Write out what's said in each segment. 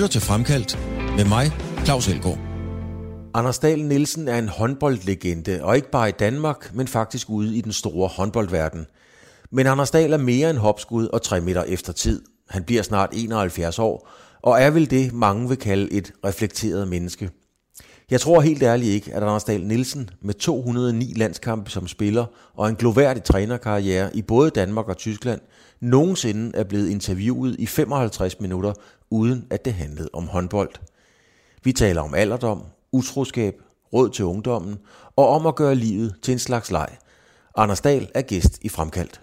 til Fremkaldt med mig, Claus Elgaard. Anders Dahl Nielsen er en håndboldlegende, og ikke bare i Danmark, men faktisk ude i den store håndboldverden. Men Anders Dahl er mere end hopskud og 3 meter efter tid. Han bliver snart 71 år, og er vel det, mange vil kalde et reflekteret menneske. Jeg tror helt ærligt ikke, at Anders Dahl Nielsen med 209 landskampe som spiller og en gloværdig trænerkarriere i både Danmark og Tyskland nogensinde er blevet interviewet i 55 minutter, uden at det handlede om håndbold. Vi taler om alderdom, utroskab, råd til ungdommen og om at gøre livet til en slags leg. Anders Dahl er gæst i Fremkaldt.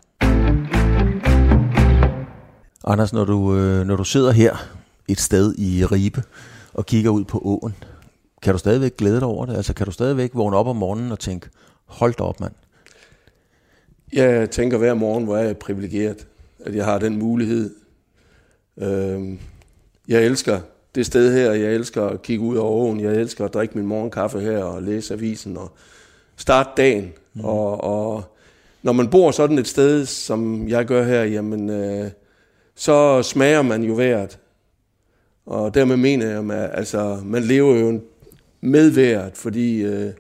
Anders, når du sidder her et sted i Ribe og kigger ud på åen, kan du stadigvæk glæde dig over det? Altså kan du stadigvæk vågne op om morgenen og tænke, hold da op, mand? Jeg tænker hver morgen, hvor jeg er privilegeret, at jeg har den mulighed. Jeg elsker det sted her, jeg elsker at kigge ud over åen, jeg elsker at drikke min morgenkaffe her og læse avisen og starte dagen. Og når man bor sådan et sted, som jeg gør her, jamen, så smager man jo vejret. Og dermed mener jeg, at man lever jo med vejret, fordi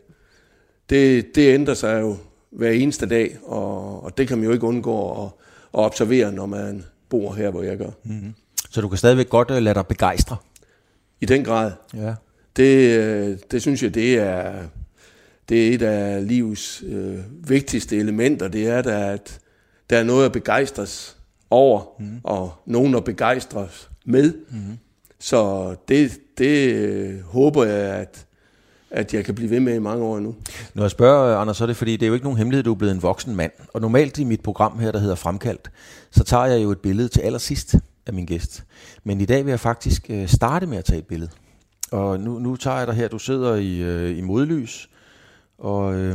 det ændrer sig jo hver eneste dag, og det kan man jo ikke undgå at observere, når man bor her, hvor jeg gør. Mm-hmm. Så du kan stadigvæk godt lade dig begejstre? I den grad. Ja. Det synes jeg, det er et af livets vigtigste elementer. Det er, at der er noget at begejstres over, og nogen at begejstres med. Mm-hmm. Så det håber jeg, at jeg kan blive ved med i mange år nu. Når jeg spørger, Anders, så er det fordi, det er jo ikke nogen hemmelighed, du er blevet en voksen mand. Og normalt i mit program her, der hedder Fremkaldt, så tager jeg jo et billede til allersidst af min gæst. Men i dag vil jeg faktisk starte med at tage et billede. Og nu tager jeg dig her, du sidder i modlys, og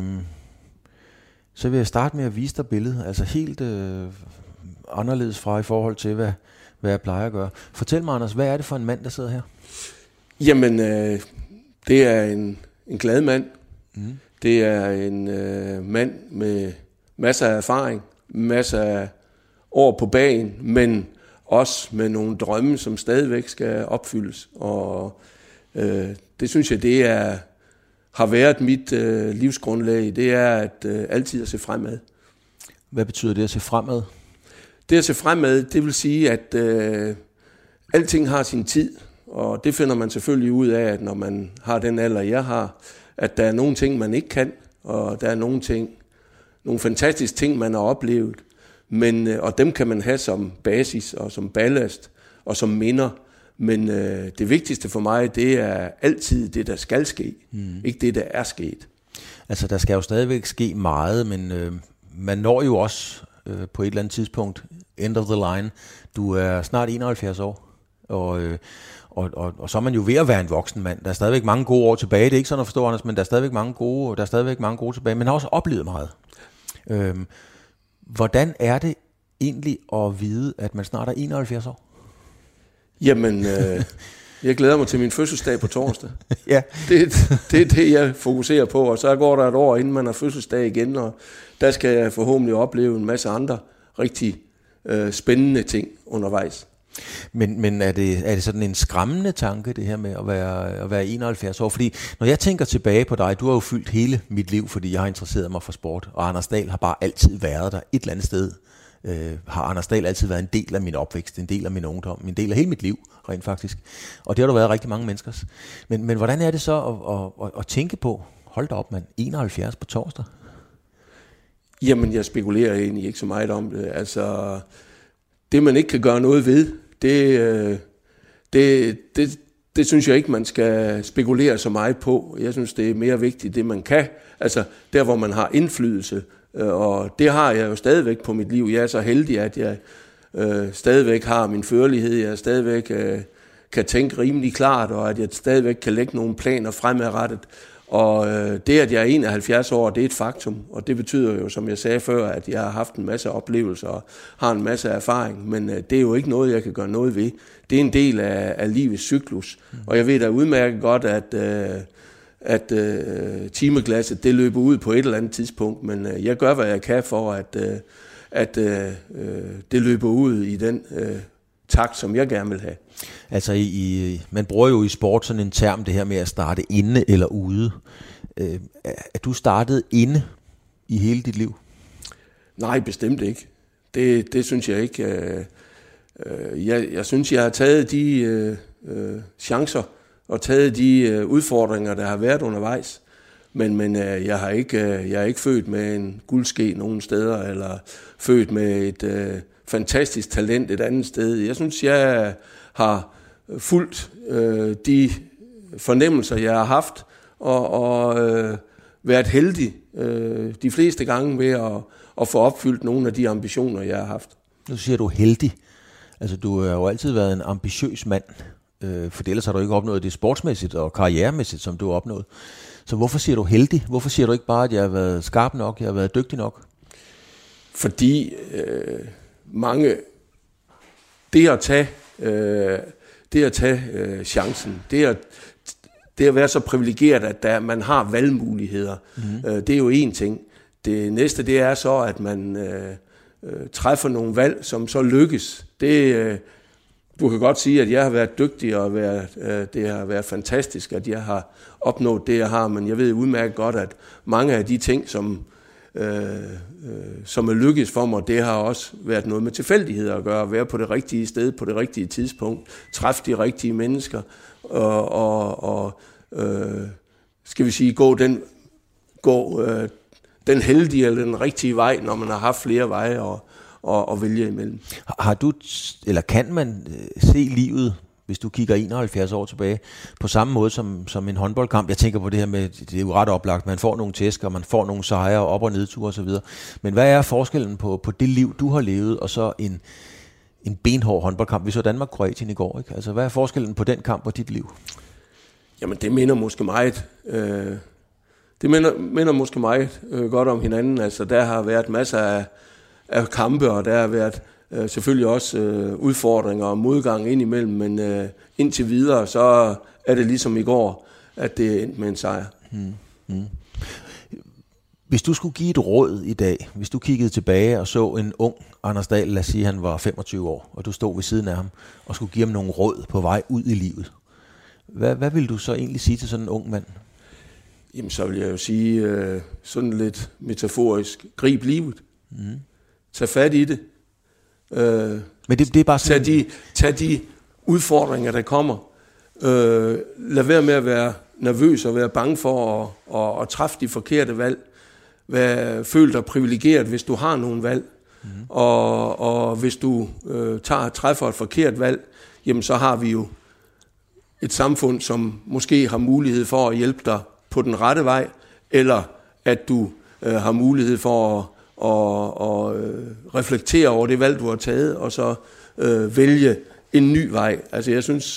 så vil jeg starte med at vise dig billedet. Altså helt anderledes fra i forhold til, hvad jeg plejer at gøre. Fortæl mig, Anders, hvad er det for en mand, der sidder her? Jamen, det er en glad mand. Mm. Det er en mand med masser af erfaring, masser af år på bagen, men også med nogle drømme, som stadigvæk skal opfyldes. Og det synes jeg, har været mit livsgrundlag. Det er at altid at se fremad. Hvad betyder det at se fremad? Det at se fremad, det vil sige, at alting har sin tid. Og det finder man selvfølgelig ud af, at når man har den alder, jeg har, at der er nogle ting, man ikke kan, og der er nogle fantastiske ting, man har oplevet, og dem kan man have som basis, og som ballast, og som minder. Men det vigtigste for mig, det er altid det, der skal ske, ikke det, der er sket. Altså, der skal jo stadigvæk ske meget, men man når jo også på et eller andet tidspunkt, end of the line. Du er snart 71 år, og så er man jo ved at være en voksen mand. Der er stadigvæk mange gode år tilbage. Det er ikke sådan at forstå, Anders, men der er stadigvæk mange gode tilbage. Men har også oplevet meget. Hvordan er det egentlig at vide, at man snart er 71 år? Jamen, jeg glæder mig til min fødselsdag på torsdag. Ja. Det er det, jeg fokuserer på. Og så går der et år, inden man har fødselsdag igen, og der skal jeg forhåbentlig opleve en masse andre rigtig spændende ting undervejs. Men er det sådan en skræmmende tanke, det her med at være 71 år? Fordi når jeg tænker tilbage på dig, du har jo fyldt hele mit liv, fordi jeg har interesseret mig for sport, og Anders Dahl har bare altid været der et eller andet sted. Har Anders Dahl altid været en del af min opvækst, en del af min ungdom, en del af hele mit liv, rent faktisk. Og det har der været rigtig mange menneskers. Men hvordan er det så at tænke på, hold da op mand, 71 på torsdag? Jamen, jeg spekulerer egentlig ikke så meget om det. Altså, det man ikke kan gøre noget ved, det synes jeg ikke, man skal spekulere så meget på. Jeg synes, det er mere vigtigt, det man kan. Altså, der hvor man har indflydelse, og det har jeg jo stadigvæk på mit liv. Jeg er så heldig, at jeg stadigvæk har min førlighed, jeg stadigvæk kan tænke rimelig klart, og at jeg stadigvæk kan lægge nogle planer fremadrettet. Og det, at jeg er 71 år, det er et faktum, og det betyder jo, som jeg sagde før, at jeg har haft en masse oplevelser og har en masse erfaring, men det er jo ikke noget, jeg kan gøre noget ved. Det er en del af livets cyklus, og jeg ved da udmærket godt, at timeglasset det løber ud på et eller andet tidspunkt, men jeg gør, hvad jeg kan for, at det løber ud i den takt, som jeg gerne vil have. Altså, man bruger jo i sport sådan en term, det her med at starte inde eller ude. Er du startet inde i hele dit liv? Nej, bestemt ikke. Det synes jeg ikke. Jeg synes, jeg har taget de chancer og taget de udfordringer, der har været undervejs. Men jeg er ikke født med en guldske nogen steder, eller født med et fantastisk talent et andet sted. Jeg synes, jeg har fulgt de fornemmelser, jeg har haft, og været heldig de fleste gange ved at få opfyldt nogle af de ambitioner, jeg har haft. Nu siger du heldig. Altså, du har jo altid været en ambitiøs mand, for ellers har du ikke opnået det sportsmæssigt og karrieremæssigt, som du har opnået. Så hvorfor siger du heldig? Hvorfor siger du ikke bare, at jeg har været skarp nok, jeg har været dygtig nok? Fordi det at tage chancen, det at være så privilegeret, at man har valgmuligheder, det er jo en ting. Det næste, det er så, at man træffer nogle valg, som så lykkes. Du kan godt sige, at jeg har været dygtig, og det har været fantastisk, at jeg har opnået det, jeg har, men jeg ved udmærket godt, at mange af de ting, som er lykkes for mig, det har også været noget med tilfældigheder at gøre, være på det rigtige sted, på det rigtige tidspunkt, træffe de rigtige mennesker, og skal vi sige, gå den heldige eller den rigtige vej, når man har haft flere veje og vælge imellem. Har du, eller kan man se livet, hvis du kigger 71 år tilbage, på samme måde som en håndboldkamp? Jeg tænker på det her med, det er jo ret oplagt, man får nogle tæsker, man får nogle sejre, op- og nedture osv. Men hvad er forskellen på det liv, du har levet, og så en benhård håndboldkamp? Vi så Danmark-Kroatien i går, ikke? Altså, hvad er forskellen på den kamp og dit liv? Jamen, det minder måske meget... Det minder måske meget godt om hinanden. Altså, der har været masser af kampe, og der har været selvfølgelig også udfordringer og modgang indimellem, men indtil videre, så er det ligesom i går, at det endte med en sejr. Hvis du skulle give et råd i dag, hvis du kiggede tilbage og så en ung Anders Dahl, lad os sige, han var 25 år, og du stod ved siden af ham og skulle give ham nogle råd på vej ud i livet, hvad vil du så egentlig sige til sådan en ung mand? Jamen, så vil jeg jo sige sådan lidt metaforisk, grib livet. Tag fat i det. Men det er bare sådan... Tag de udfordringer, der kommer. Lad være med at være nervøs og være bange for at træffe de forkerte valg. Føl dig privilegeret, hvis du har nogle valg. Og hvis du træffer et forkert valg, jamen så har vi jo et samfund, som måske har mulighed for at hjælpe dig på den rette vej, eller at du har mulighed for at reflektere over det valg, du har taget, og så vælge en ny vej. Altså jeg synes,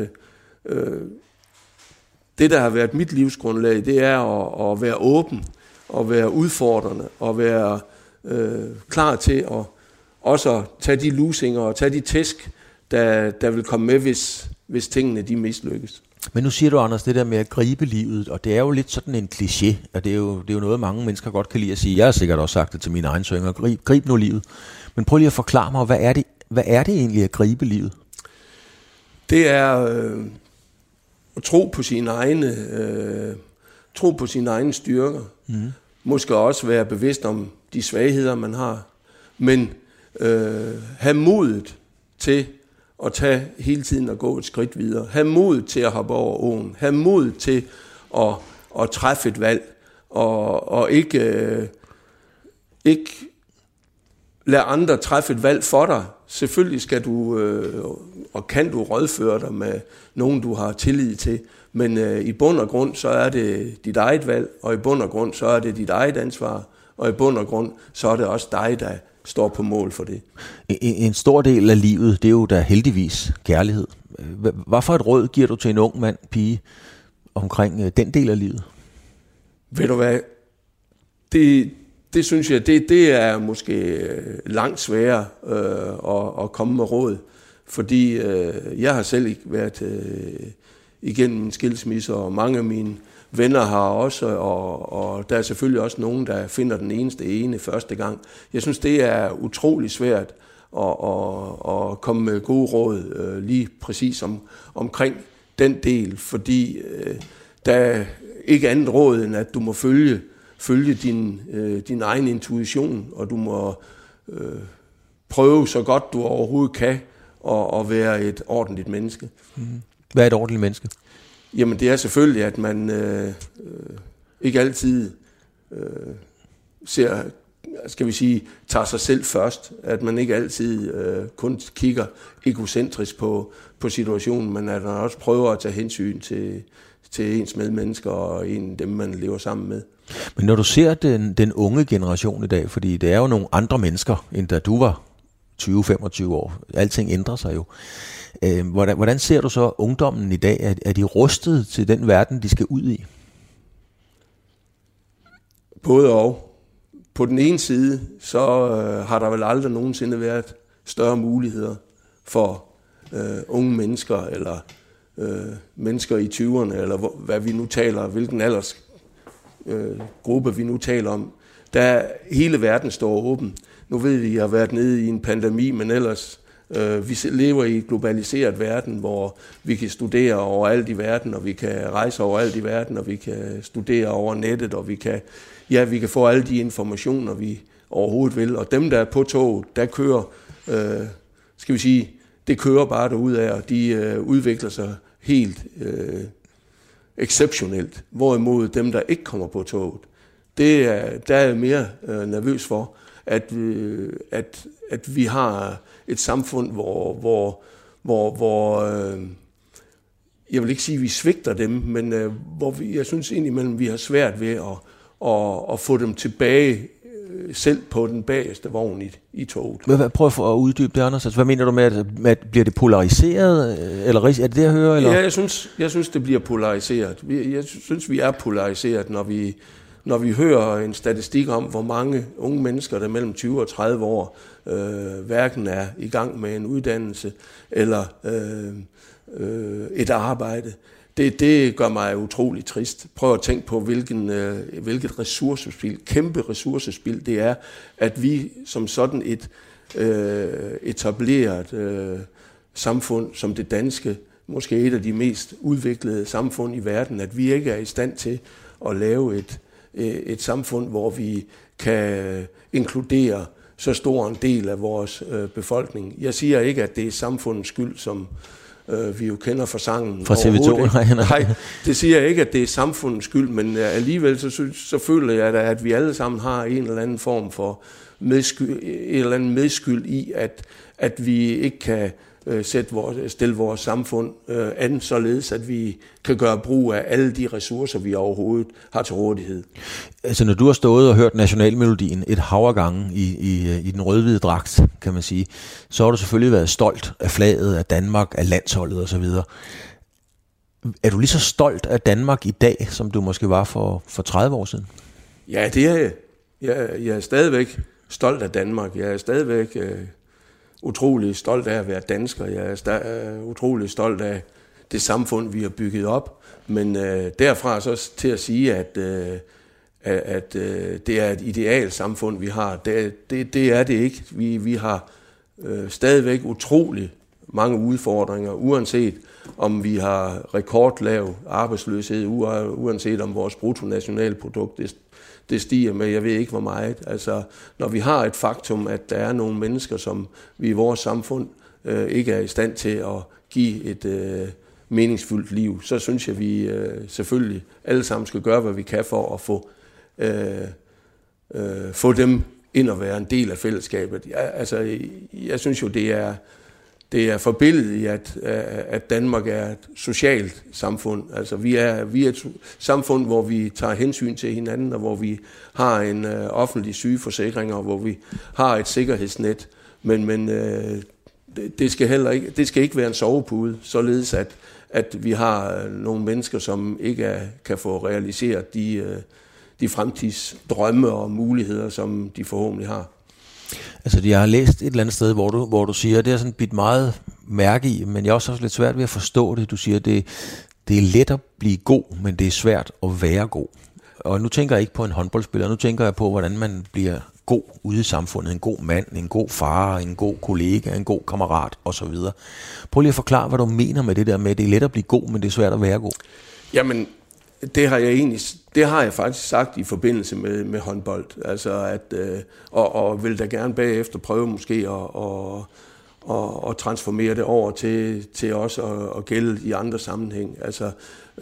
det der har været mit livsgrundlag, det er at være åben, og være udfordrende, og være klar til at også tage de lusinger og tage de tæsk, der vil komme med, hvis tingene de mislykkes. Men nu siger du, Anders, det der med at gribe livet, og det er jo lidt sådan en kliché, og det er jo noget, mange mennesker godt kan lide at sige. Jeg har sikkert også sagt det til mine egne sønner, grib nu livet. Men prøv lige at forklare mig, hvad er det egentlig at gribe livet? Det er at tro på sine egne styrker. Måske også være bevidst om de svagheder, man har. Men have modet til at tage hele tiden og gå et skridt videre. Have mod til at hoppe over åen. Have mod til at træffe et valg. Og ikke lade andre træffe et valg for dig. Selvfølgelig skal du og kan du rådføre dig med nogen, du har tillid til. Men i bund og grund, så er det dit eget valg. Og i bund og grund, så er det dit eget ansvar. Og i bund og grund, så er det også dig, der står på mål for det. En stor del af livet, det er jo da heldigvis kærlighed. Hvad for et råd giver du til en ung mand, pige, omkring den del af livet? Ved du hvad? Det synes jeg, det er måske langt sværere at komme med råd. Fordi jeg har selv ikke været igennem en skilsmisse, og mange af mine venner har også, og der er selvfølgelig også nogen, der finder den ene første gang. Jeg synes, det er utrolig svært og komme med gode råd lige præcis omkring den del, fordi der er ikke andet råd, end at du må følge din egen intuition, og du må prøve så godt du overhovedet kan at være et ordentligt menneske. Hvad er et ordentligt menneske? Jamen det er selvfølgelig, at man ikke altid tager sig selv først. At man ikke altid kun kigger egocentrisk på situationen, men at man også prøver at tage hensyn til ens medmennesker og dem, man lever sammen med. Men når du ser den unge generation i dag, fordi det er jo nogle andre mennesker, end da du var 20-25 år. Alting ændrer sig jo. Hvordan ser du så ungdommen i dag? Er de rustet til den verden, de skal ud i? Både og. På den ene side, så har der vel aldrig nogensinde været større muligheder for unge mennesker, eller mennesker i 20'erne, eller hvad vi nu taler, hvilken aldersgruppe vi nu taler om. Der hele verden står åben. Nu ved vi, at jeg har været nede i en pandemi, men ellers, vi lever i en globaliseret verden, hvor vi kan studere overalt i verden, og vi kan rejse overalt i verden, og vi kan studere over nettet, og vi kan få alle de informationer, vi overhovedet vil. Og dem, der er på toget, der kører, det kører bare derudad, og de udvikler sig helt exceptionelt. Hvorimod dem, der ikke kommer på toget, der er jeg mere nervøs for, at vi har et samfund, hvor jeg vil ikke sige, at vi svigter dem, men jeg synes indimellem, vi har svært ved at få dem tilbage selv på den bagerste vogn i toget. Prøv at uddybe det, Anders. Altså, hvad mener du med, at bliver det polariseret? Eller er det jeg hører? Eller? Ja, jeg synes, det bliver polariseret. Jeg synes, vi er polariseret, når vi hører en statistik om, hvor mange unge mennesker, der mellem 20 og 30 år, hverken er i gang med en uddannelse eller et arbejde. Det gør mig utrolig trist. Prøv at tænke på, hvilket ressourcespil, kæmpe ressourcespil det er, at vi som sådan et etableret samfund som det danske, måske et af de mest udviklede samfund i verden, at vi ikke er i stand til at lave et samfund, hvor vi kan inkludere så stor en del af vores befolkning. Jeg siger ikke, at det er samfundets skyld, som vi jo kender fra sangen. Fra TV2? Nej, det siger jeg ikke, at det er samfundets skyld, men alligevel så føler jeg da, at vi alle sammen har en eller anden form for medskyld i, at vi ikke kan stille vores samfund an, således at vi kan gøre brug af alle de ressourcer, vi overhovedet har til rådighed. Altså når du har stået og hørt nationalmelodien et hav af gange i den rød-hvide dragt, kan man sige, så har du selvfølgelig været stolt af flaget, af Danmark, af landsholdet osv. Er du lige så stolt af Danmark i dag, som du måske var for 30 år siden? Ja, det er jeg. Jeg er stadigvæk stolt af Danmark. Jeg er stadigvæk utrolig stolt af at være dansker. Jeg er utrolig stolt af det samfund, vi har bygget op. Men derfra så til at sige, at det er et idealt samfund, vi har, det er det ikke. Vi har stadigvæk utrolig mange udfordringer, uanset om vi har rekordlav arbejdsløshed, uanset om vores bruttonationalprodukt det stiger med, jeg ved ikke hvor meget. Altså, når vi har et faktum, at der er nogle mennesker, som vi i vores samfund ikke er i stand til at give et meningsfuldt liv, så synes jeg, vi selvfølgelig alle sammen skal gøre, hvad vi kan for at få dem ind og være en del af fællesskabet. Jeg synes jo, det er forbilledigt, at Danmark er et socialt samfund. Altså, vi er et samfund, hvor vi tager hensyn til hinanden, og hvor vi har en offentlig sygeforsikring, og hvor vi har et sikkerhedsnet. Men det skal ikke være en sovepude, således at vi har nogle mennesker, som ikke kan få realiseret de fremtidsdrømme og muligheder, som de forhåbentlig har. Altså, jeg har læst et eller andet sted, hvor du siger, det er sådan bidt meget mærke i, men jeg er også lidt svært ved at forstå det. Du siger, det er let at blive god, men det er svært at være god. Og nu tænker jeg ikke på en håndboldspiller, nu tænker jeg på, hvordan man bliver god ude i samfundet. En god mand, en god far, en god kollega, en god kammerat osv. Prøv lige at forklare, hvad du mener med det der med, at det er let at blive god, men det er svært at være god. Jamen, det har jeg faktisk sagt i forbindelse med håndbold. Altså at, og vil da gerne bagefter prøve måske at transformere det over til også at gælde i andre sammenhæng. Altså,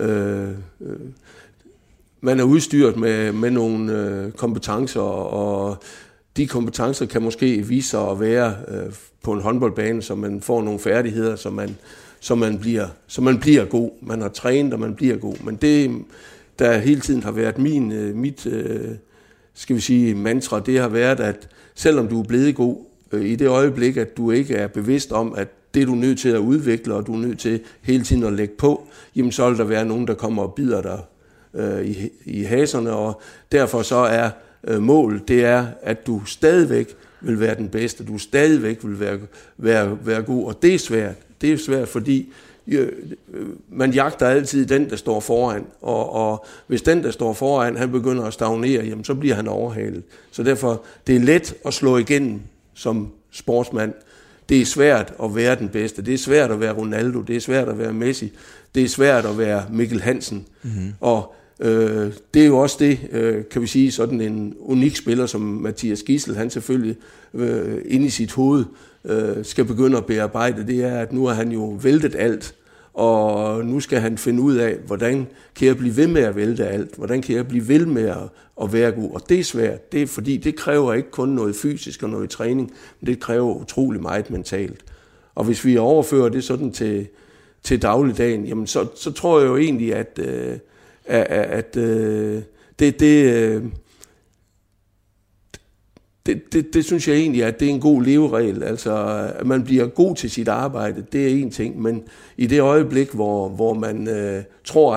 man er udstyret med nogle kompetencer, og de kompetencer kan måske vise sig at være på en håndboldbane, så man får nogle færdigheder, så man bliver god. Man har trænet, og man bliver god. Men det, der hele tiden har været mit skal vi sige, mantra, det har været, at selvom du er blevet god, i det øjeblik, at du ikke er bevidst om, at det du er nødt til at udvikle, og du er nødt til hele tiden at lægge på, jamen så vil der være nogen, der kommer og bider dig i haserne, og derfor så er målet, det er, at du stadigvæk vil være den bedste, du stadigvæk vil være god, og det er svært. Det er svært, fordi man jagter altid den, der står foran, og hvis den, der står foran, han begynder at stagnere, jamen så bliver han overhalet. Så derfor, det er let at slå igennem som sportsmand. Det er svært at være den bedste. Det er svært at være Ronaldo. Det er svært at være Messi. Det er svært at være Mikkel Hansen. Mm-hmm. Og det er jo også det, kan vi sige, sådan en unik spiller som Mathias Gidsel, han selvfølgelig inde i sit hoved skal begynde at bearbejde. Det er, at nu er han jo væltet alt, og nu skal han finde ud af, hvordan kan jeg blive ved med at vælte alt? Hvordan kan jeg blive ved med at være god? Og det er svært. Det er fordi, det kræver ikke kun noget fysisk og noget træning, men det kræver utrolig meget mentalt. Og hvis vi overfører det sådan til dagligdagen, jamen så tror jeg jo egentlig, at det synes jeg egentlig, at det er en god leveregel. Altså, at man bliver god til sit arbejde, det er en ting, men i det øjeblik, hvor man tror,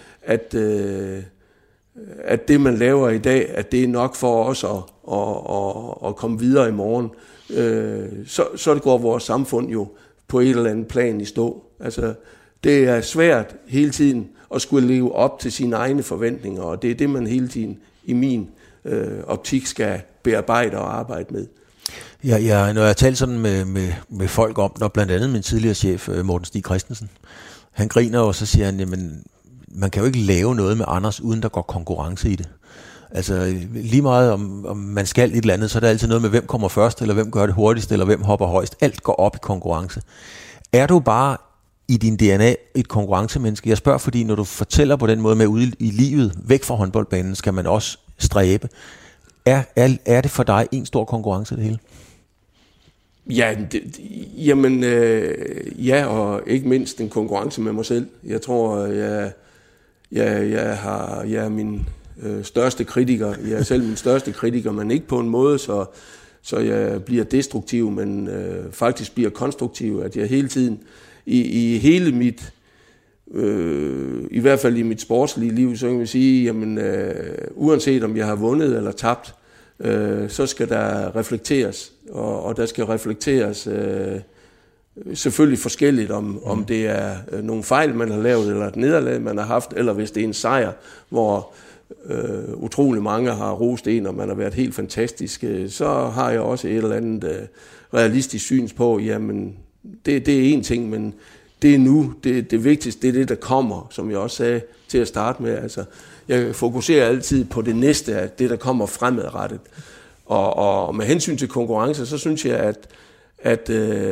at det, man laver i dag, at det er nok for os at komme videre i morgen, så går vores samfund jo på et eller andet plan i stå. Altså, det er svært hele tiden at skulle leve op til sine egne forventninger, og det er det, man hele tiden i min optik skal bearbejde og arbejde med. Ja, når jeg har talt sådan med folk om, og blandt andet min tidligere chef, Morten Stig Christensen, han griner og så siger han, jamen, man kan jo ikke lave noget med Anders, uden der går konkurrence i det. Altså lige meget om man skal et eller andet, så er der altid noget med, hvem kommer først, eller hvem gør det hurtigst, eller hvem hopper højst. Alt går op i konkurrence. Er du bare i din DNA et konkurrencemenneske? Jeg spørger, fordi når du fortæller på den måde med ude i livet, væk fra håndboldbanen, skal man også stræbe. Er det for dig en stor konkurrence, det hele? Ja, ja, og ikke mindst en konkurrence med mig selv. Jeg tror, jeg er min største kritiker. Jeg er selv min største kritiker, men ikke på en måde, så jeg bliver destruktiv, men faktisk bliver konstruktiv. At jeg hele tiden, i hele mit, i hvert fald i mit sportslige liv, så kan man sige, jamen, uanset om jeg har vundet eller tabt, så skal der reflekteres, og der skal reflekteres selvfølgelig forskelligt, om det er nogle fejl, man har lavet, eller et nederlag, man har haft, eller hvis det er en sejr, hvor utrolig mange har rost en, og man har været helt fantastisk, så har jeg også et eller andet realistisk syns på, jamen, det er en ting, men det er nu, det vigtigste, det er det, der kommer, som jeg også sagde til at starte med. Altså, jeg fokuserer altid på det næste, at det, der kommer fremadrettet. Og med hensyn til konkurrence, så synes jeg, at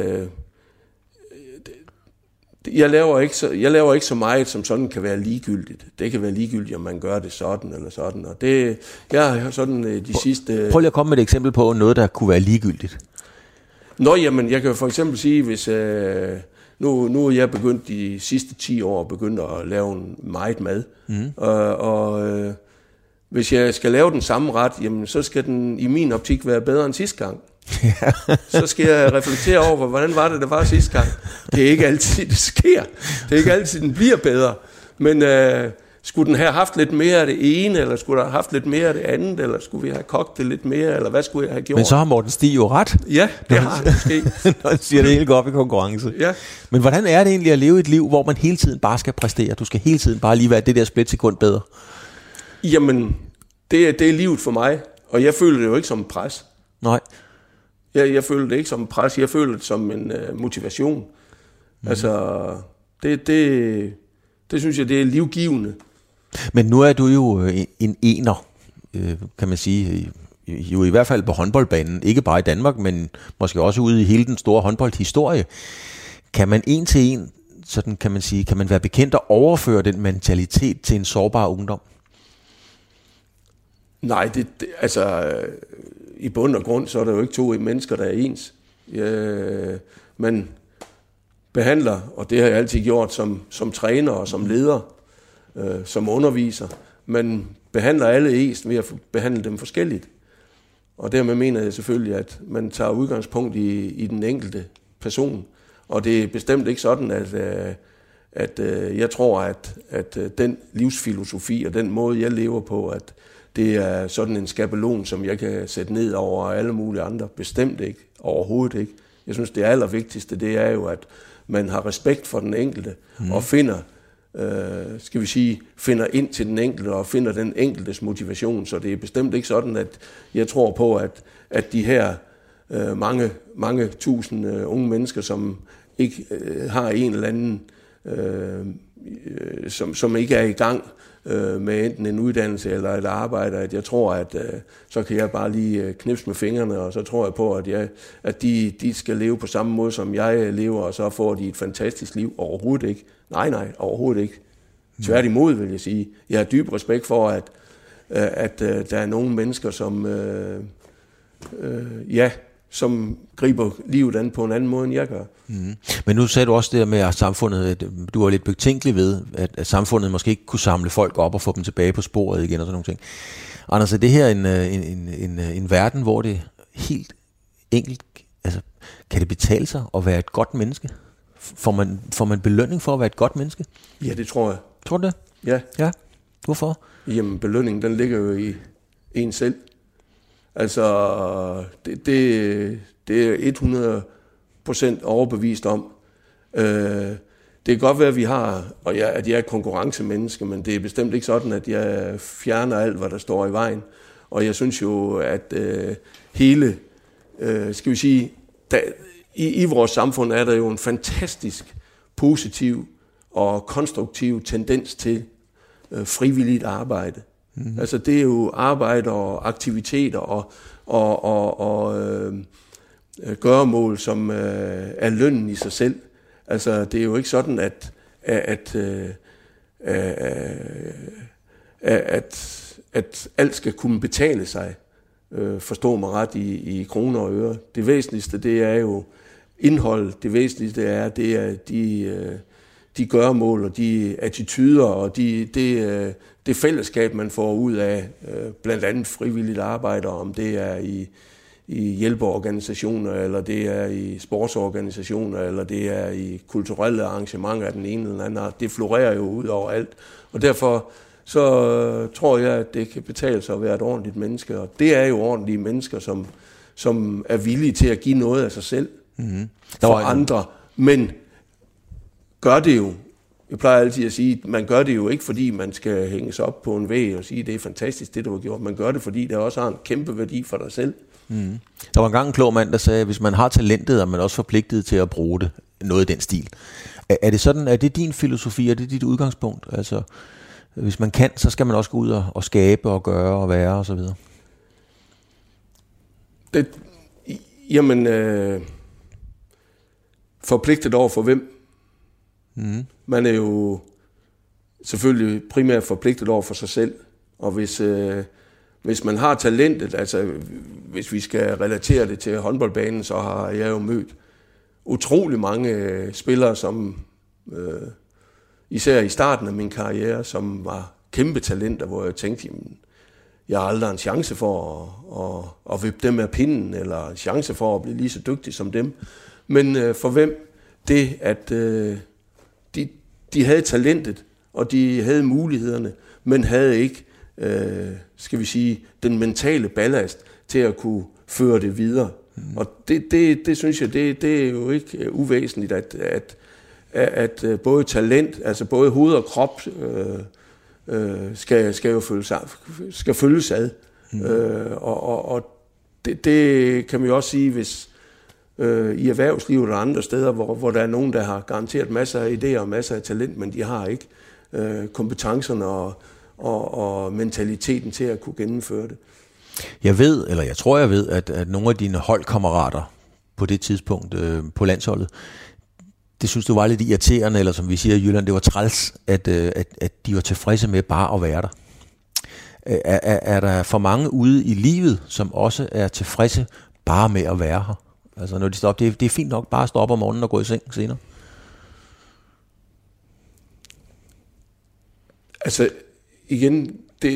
jeg laver ikke så meget, som sådan kan være ligegyldigt. Det kan være ligegyldigt, om man gør det sådan eller sådan. Og det, jeg har sådan de sidste... Prøv lige at komme med et eksempel på noget, der kunne være ligegyldigt. Jamen, jeg kan for eksempel sige, hvis... Nu er jeg begyndt de sidste 10 år at lave meget mad. Og hvis jeg skal lave den samme ret, jamen, så skal den i min optik være bedre end sidste gang. Så skal jeg reflektere over, hvordan var det var sidste gang. Det er ikke altid, det sker. Det er ikke altid, den bliver bedre. Men skulle den have haft lidt mere af det ene, eller skulle der have haft lidt mere af det andet, eller skulle vi have kogt det lidt mere, eller hvad skulle jeg have gjort? Men så har Morten Stig jo ret. Ja, det har han måske. Når han siger, det hele går op i konkurrence. Ja. Men hvordan er det egentlig at leve et liv, hvor man hele tiden bare skal præstere? Du skal hele tiden bare lige være det der splitsekund bedre. Jamen, det er livet for mig, og jeg føler det jo ikke som en pres. Nej. Jeg føler det ikke som en pres, jeg føler det som en motivation. Altså, det synes jeg, det er livgivende. Men nu er du jo en ener, kan man sige, jo i hvert fald på håndboldbanen, ikke bare i Danmark, men måske også ude i hele den store håndboldhistorie. Kan man en til en, sådan kan man sige, kan man være bekendt at overføre den mentalitet til en sårbar ungdom? Nej, altså i bund og grund, så er der jo ikke to mennesker, der er ens. Man behandler, og det har jeg altid gjort som træner og som leder, som underviser, man behandler alle ens ved at behandle dem forskelligt. Og dermed mener jeg selvfølgelig, at man tager udgangspunkt i den enkelte person. Og det er bestemt ikke sådan, at jeg tror, at den livsfilosofi og den måde, jeg lever på, at det er sådan en skabelon, som jeg kan sætte ned over alle mulige andre. Bestemt ikke. Overhovedet ikke. Jeg synes, det allervigtigste, det er jo, at man har respekt for den enkelte og finder ind til den enkelte og finder den enkeltes motivation. Så det er bestemt ikke sådan, at jeg tror på, at de her mange tusind unge mennesker, som ikke har en eller anden, som ikke er i gang med enten en uddannelse eller et arbejde, at jeg tror, at så kan jeg bare lige knipse med fingrene, og så tror jeg på, at de skal leve på samme måde, som jeg lever, og så får de et fantastisk liv. Overhovedet ikke. Nej, overhovedet ikke. Tværtimod vil jeg sige. Jeg har dyb respekt for, at der er nogle mennesker, som griber livet an på en anden måde, end jeg gør. Mm. Men nu sagde du også det med, at samfundet, du var lidt betænkelig ved, at samfundet måske ikke kunne samle folk op og få dem tilbage på sporet igen og sådan nogle ting. Anders, er det her en verden, hvor det helt enkelt, altså kan det betale sig at være et godt menneske? Får man belønning for at være et godt menneske? Ja, det tror jeg. Tror du det? Ja. Hvorfor? Jamen, belønningen, den ligger jo i en selv. Altså, det er 100% overbevist om. Det kan godt være, at vi har, at jeg er konkurrencemenneske, men det er bestemt ikke sådan, at jeg fjerner alt, hvad der står i vejen. Og jeg synes jo, at i vores samfund er der jo en fantastisk positiv og konstruktiv tendens til frivilligt arbejde. Mm-hmm. Altså det er jo arbejde og aktiviteter og gøremål, som er lønnen i sig selv. Altså det er jo ikke sådan, at alt skal kunne betale sig. Forstå mig ret i kroner og øre. Det væsentligste, det er jo indhold. Det væsentligste er de gøremål og de attityder og det fællesskab, man får ud af blandt andet frivilligt arbejde, om det er i hjælpeorganisationer, eller det er i sportsorganisationer, eller det er i kulturelle arrangementer af den ene eller anden art. Det florerer jo ud over alt. Og derfor så tror jeg, at det kan betale sig at være et ordentligt menneske. Og det er jo ordentlige mennesker, som er villige til at give noget af sig selv for andre, men gør det jo. Jeg plejer altid at sige, at man gør det jo ikke, fordi man skal hænges op på en væg og sige, at det er fantastisk, det du har gjort. Man gør det, fordi det også har en kæmpe værdi for dig selv. Mm. Der var engang en klog mand, der sagde, at hvis man har talentet, er man også forpligtet til at bruge det. Noget i den stil. Er det sådan, er det din filosofi, er det dit udgangspunkt? Altså, hvis man kan, så skal man også gå ud og skabe og gøre og være og så videre. Forpligtet over for hvem? Mm. Man er jo selvfølgelig primært forpligtet over for sig selv, og hvis man har talentet, altså hvis vi skal relatere det til håndboldbanen, så har jeg jo mødt utrolig mange spillere, som især i starten af min karriere, som var kæmpe talenter, hvor jeg tænkte, jamen, jeg har aldrig en chance for at vippe dem af pinden, eller en chance for at blive lige så dygtig som dem. Men for hvem det, at de havde talentet, og de havde mulighederne, men havde ikke, den mentale ballast til at kunne føre det videre. Mm. Og det synes jeg, det er jo ikke uvæsentligt, at både talent, altså både hoved og krop, skal følges ad. Og det kan man jo også sige, hvis i erhvervslivet og andre steder, hvor der er nogen, der har garanteret masser af idéer og masser af talent, men de har ikke kompetencerne og mentaliteten til at kunne gennemføre det. Jeg ved, at nogle af dine holdkammerater på det tidspunkt på landsholdet, det synes du var lidt irriterende, eller som vi siger i Jylland, det var træls, at de var tilfredse med bare at være der. Er der for mange ude i livet, som også er tilfredse bare med at være her? Altså når de står op, det er fint nok bare at stå op om morgenen og gå i seng senere. Altså igen,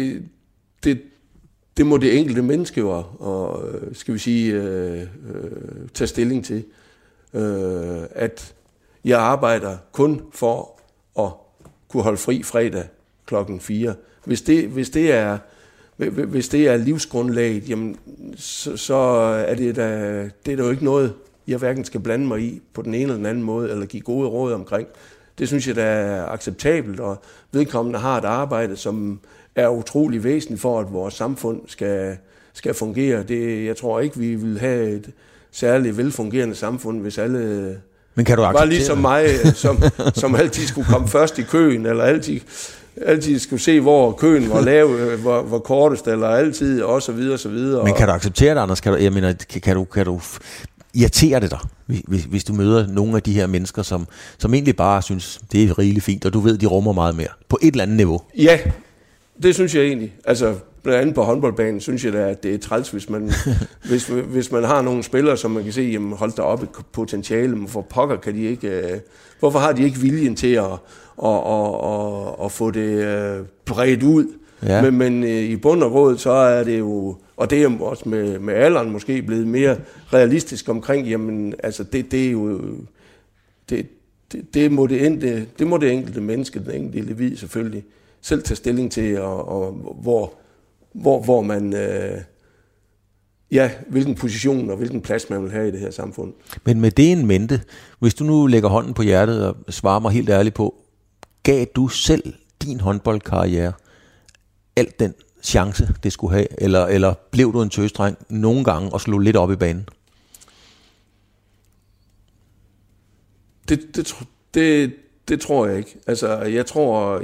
det må det enkelte menneske jo, og skal vi sige, tage stilling til. At jeg arbejder kun for at kunne holde fri fredag klokken 4. Hvis det er livsgrundlaget, jamen, så er det er der jo ikke noget, jeg hverken skal blande mig i på den ene eller den anden måde, eller give gode råd omkring. Det synes jeg, der er acceptabelt, og vedkommende har et arbejde, som er utrolig væsentligt for, at vores samfund skal fungere. Jeg tror ikke, vi vil have et særligt velfungerende samfund, hvis alle men kan du var ligesom mig, som altid skulle komme først i køen, eller altid skulle se, hvor køen var lav, var kortest, eller altid, og så videre, og så videre. Men kan du acceptere det, Anders? Kan du irritere det dig, hvis du møder nogle af de her mennesker, som egentlig bare synes, det er rigeligt fint, og du ved, de rummer meget mere, på et eller andet niveau? Ja, det synes jeg egentlig. Altså, blandt andet på håndboldbanen, synes jeg da, at det er træls, hvis man har nogle spillere, som man kan se, jamen hold da op et potentiale, men for pokker kan de ikke, hvorfor har de ikke viljen til at få det bredt ud? Ja. Men i bund og grund, så er det jo, og det er også med alderen måske blevet mere realistisk omkring, jamen altså det er jo, det må det enkelte menneske, den enkelte individ selvfølgelig selv tage stilling til, og hvor man, hvilken position og hvilken plads man vil have i det her samfund. Men med det en mente, hvis du nu lægger hånden på hjertet og svarer mig helt ærligt på, gav du selv din håndboldkarriere alt den chance, det skulle have, eller blev du en tøsdreng nogle gange og slog lidt op i banen? Det tror jeg ikke. Altså, jeg tror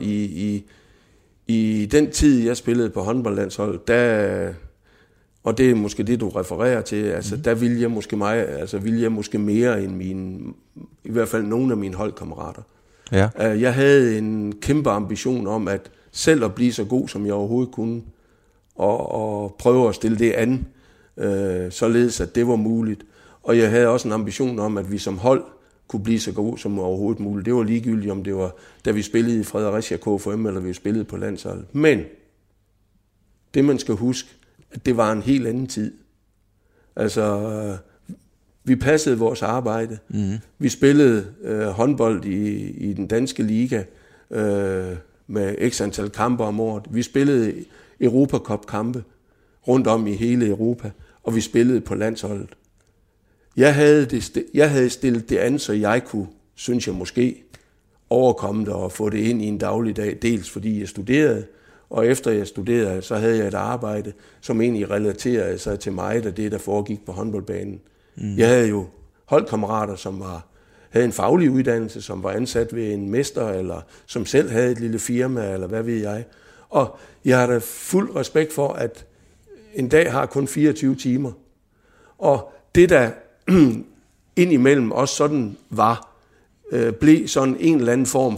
i den tid, jeg spillede på håndboldlandsholdet, der, og det er måske det, du refererer til, altså, der ville jeg måske mere end i hvert fald nogle af mine holdkammerater. Ja. Jeg havde en kæmpe ambition om, at selv at blive så god, som jeg overhovedet kunne, og prøve at stille det an, således at det var muligt. Og jeg havde også en ambition om, at vi som hold kunne blive så god som overhovedet muligt. Det var ligegyldigt, om det var, da vi spillede i Fredericia KFM, eller vi spillede på landsholdet. Men det, man skal huske, at det var en helt anden tid. Altså, vi passede vores arbejde. Mm. Vi spillede håndbold i den danske liga med x antal kampe om året. Vi spillede Europacup-kampe rundt om i hele Europa, og vi spillede på landsholdet. Jeg havde stillet det an, så jeg kunne, synes jeg måske, overkomme det og få det ind i en dagligdag. Dels fordi jeg studerede, og efter jeg studerede, så havde jeg et arbejde, som egentlig relaterede sig til mig, og det, der foregik på håndboldbanen. Mm. Jeg havde jo holdkammerater, som havde en faglig uddannelse, som var ansat ved en mester, eller som selv havde et lille firma, eller hvad ved jeg. Og jeg har da fuld respekt for, at en dag har kun 24 timer. Og det, der indimellem også sådan var, blev sådan en eller anden form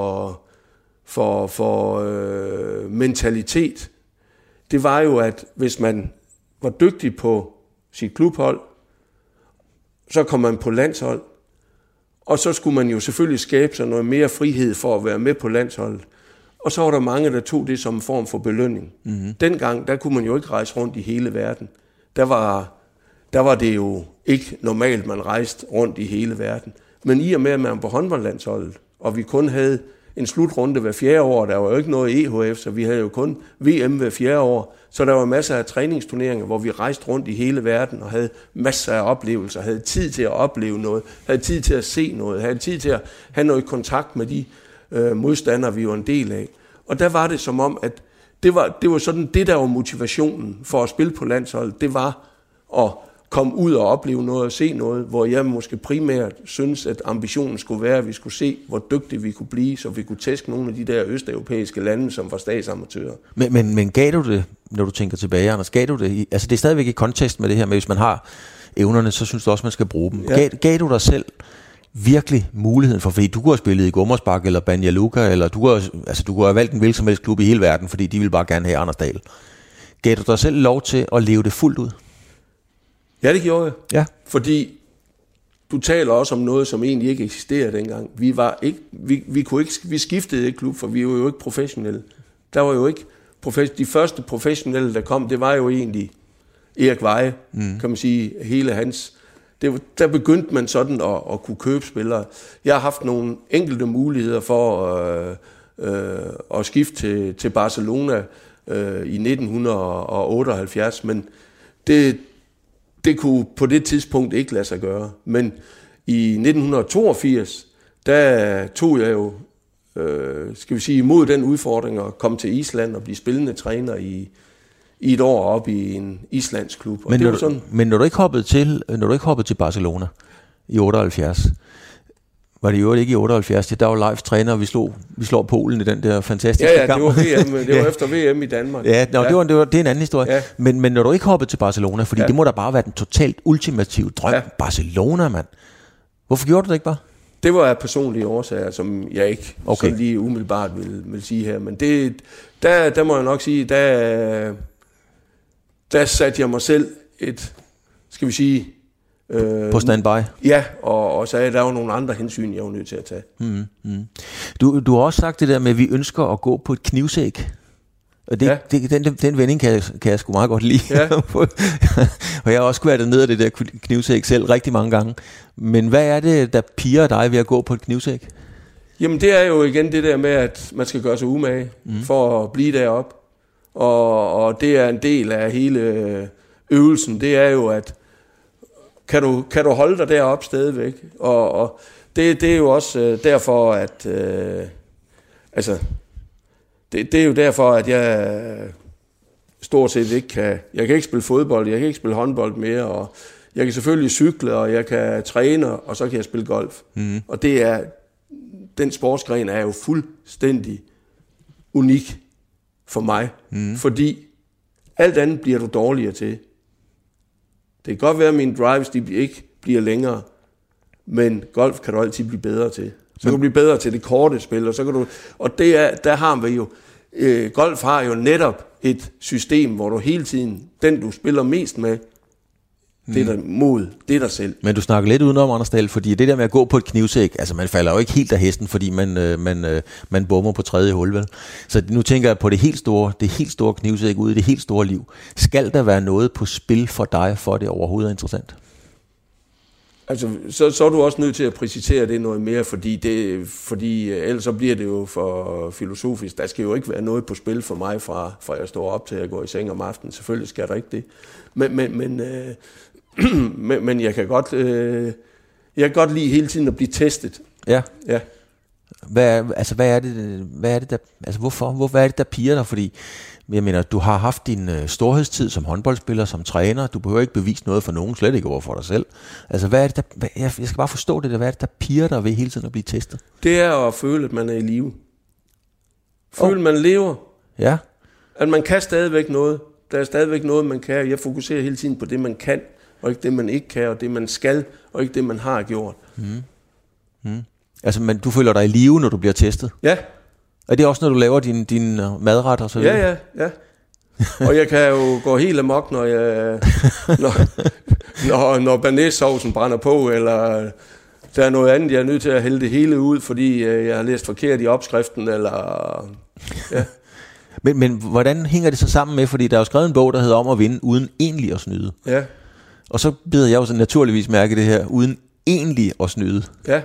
for mentalitet. Det var jo, at hvis man var dygtig på sit klubhold, så kom man på landshold, og så skulle man jo selvfølgelig skabe sig noget mere frihed for at være med på landsholdet. Og så var der mange, der tog det som en form for belønning. Mm-hmm. Dengang, der kunne man jo ikke rejse rundt i hele verden. Der var det jo ikke normalt, man rejste rundt i hele verden. Men i og med, at man var på håndboldlandsholdet, og vi kun havde en slutrunde hver 4. år, der var jo ikke noget EHF, så vi havde jo kun VM hver 4. år, så der var masser af træningsturneringer, hvor vi rejste rundt i hele verden og havde masser af oplevelser, havde tid til at opleve noget, havde tid til at se noget, havde tid til at have noget kontakt med de modstandere, vi var en del af. Og der var det som om, at det var sådan, det der var motivationen for at spille på landsholdet, det var at komme ud og opleve noget og se noget, hvor jeg måske primært synes, at ambitionen skulle være, at vi skulle se, hvor dygtige vi kunne blive, så vi kunne tæske nogle af de der østeuropæiske lande, som var statsamatører. Men gav du det, når du tænker tilbage, Anders, gav du det? Altså det er stadigvæk i kontekst med det her med, hvis man har evnerne, så synes du også, man skal bruge dem. Ja. Gav du dig selv virkelig muligheden for, fordi du kunne have spillet i Gummersbach eller Banja Luka, eller du kunne have valgt en hvilken som helst klub i hele verden, fordi de ville bare gerne have Anders Dahl. Gav du dig selv lov til at leve det fuldt ud? Ja, det gjorde jeg. Ja. Fordi du taler også om noget, som egentlig ikke eksisterede dengang. Vi skiftede ikke klub, for vi var jo ikke professionelle. Der var jo ikke de første professionelle, der kom, det var jo egentlig Erik Veje, kan man sige, hele hans. Der begyndte man sådan at kunne købe spillere. Jeg har haft nogle enkelte muligheder for at skifte til Barcelona i 1978, men det kunne på det tidspunkt ikke lade sig gøre. Men i 1982, der tog jeg jo, skal vi sige, imod den udfordring at komme til Island og blive spillende træner i et år op i en islandsk klub. Og men når du ikke hoppede til Barcelona i 78, var det jo ikke i 78, der var Leifs træner, og vi slår Polen i den der fantastiske kamp. Det var efter VM i Danmark. Det er en anden historie. Ja. Men når du ikke hoppede til Barcelona, fordi det må da bare være den totalt ultimative drøm. Ja. Barcelona, mand. Hvorfor gjorde du det ikke bare? Det var af personlige årsager, som jeg ikke sådan lige umiddelbart vil sige her. Men der må jeg nok sige, der satte jeg mig selv skal vi sige, på standby? Ja, og sagde, at der var nogle andre hensyn, jeg var nødt til at tage. Du har også sagt det der med, at vi ønsker at gå på et knivsæg. Og den vending kan jeg sgu meget godt lide. Ja. Og jeg har også været ned af det der knivsæg selv rigtig mange gange. Men hvad er det, der pirrer dig ved at gå på et knivsæg? Jamen det er jo igen det der med, at man skal gøre sig umage for at blive deroppe. Og det er en del af hele øvelsen. Det er jo, at kan du holde dig deroppe stadigvæk? Og det er jo også derfor, at det er jo derfor, at jeg stort set ikke kan. Jeg kan ikke spille fodbold, jeg kan ikke spille håndbold mere, og jeg kan selvfølgelig cykle, og jeg kan træne, og så kan jeg spille golf. Og den sportsgren er jo fuldstændig unik for mig, fordi alt andet bliver du dårligere til. Det kan godt være, at mine drives de ikke bliver længere, men golf kan du altid blive bedre til. Så kan du blive bedre til det korte spil, og så kan du. Og der har vi jo. Golf har jo netop et system, hvor du hele tiden, den du spiller mest med, det er der mod, det er dig selv. Men du snakker lidt udenom, Anders Dahl, fordi det der med at gå på et knivsæg, altså man falder jo ikke helt af hesten, fordi man bommer på tredje hul, vel? Så nu tænker jeg på det helt store knivsæg ude i det helt store liv. Skal der være noget på spil for dig, for det overhovedet er interessant? Altså, så er du også nødt til at præcisere det noget mere, fordi ellers så bliver det jo for filosofisk. Der skal jo ikke være noget på spil for mig, fra jeg står op til at gå i seng om aftenen. Selvfølgelig skal der ikke det. Men jeg kan godt lide hele tiden at blive testet. Ja. Hvad er det der, altså hvad er det der pirrer dig? Fordi jeg mener, du har haft din storhedstid som håndboldspiller, som træner. Du behøver ikke bevise noget for nogen, slet ikke over for dig selv. Altså hvad er det der, jeg skal bare forstå det der. Hvad er det der pirrer dig ved hele tiden at blive testet? Det er at føle, at man er i live. Føle, man lever. Ja. At man kan stadigvæk noget. Der er stadigvæk noget, man kan. Jeg fokuserer hele tiden på det, man kan, og ikke det, man ikke kan, og det, man skal, og ikke det, man har gjort. Altså, men du føler dig i live, når du bliver testet? Ja. Er det også, når du laver din madret og så videre? Ja. Og jeg kan jo gå helt amok, når banæssaucen brænder på, eller der er noget andet, jeg er nødt til at hælde det hele ud, fordi jeg har læst forkert i opskriften, eller. Ja. Men hvordan hænger det så sammen med, fordi der er jo skrevet en bog, der hedder Om at vinde uden egentlig at snyde. Ja. Og så bider jeg jo så naturligvis mærke det her, uden egentlig at snyde. Ja.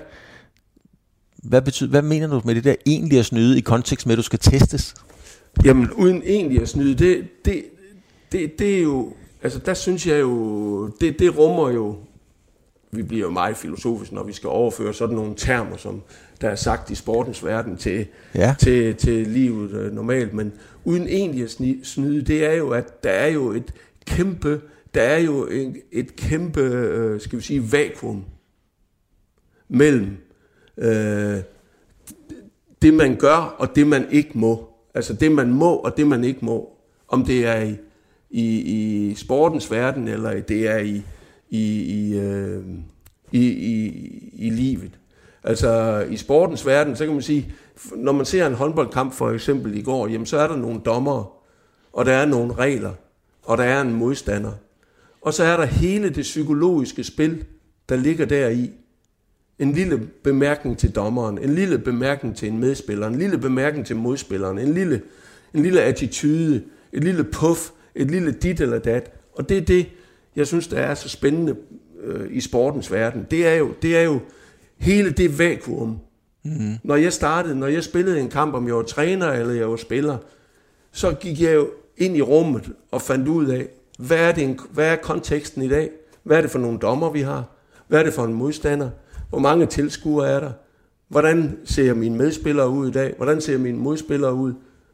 Hvad mener du med det der egentlig at snyde i kontekst med, at du skal testes? Jamen, uden egentlig at snyde, det er jo, altså der synes jeg jo, det rummer jo vi bliver jo meget filosofisk, når vi skal overføre sådan nogle termer, som der er sagt i sportens verden til livet normalt. Men uden egentlig at snyde, det er jo, at der er jo et kæmpe, skal vi sige, vakuum mellem det, man gør, og det, man ikke må. Altså det, man må, og det, man ikke må. Om det er i sportens verden, eller det er i livet. Altså i sportens verden, så kan man sige, når man ser en håndboldkamp for eksempel i går, jamen så er der nogle dommere, og der er nogle regler, og der er en modstander. Og så er der hele det psykologiske spil, der ligger deri. En lille bemærkning til dommeren, en lille bemærkning til en medspiller, en lille bemærkning til modspilleren, en lille attitude, et lille puff, et lille dit eller dat. Og det er det, jeg synes, der er så spændende i sportens verden. Det er jo hele det vakuum. Mm-hmm. Når jeg spillede en kamp, om jeg var træner eller jeg var spiller, så gik jeg jo ind i rummet og fandt ud af, hvad er konteksten i dag? Hvad er det for nogle dommer, vi har? Hvad er det for en modstander? Hvor mange tilskuere er der? Hvordan ser mine medspillere ud i dag? Hvordan ser mine modspillere ud?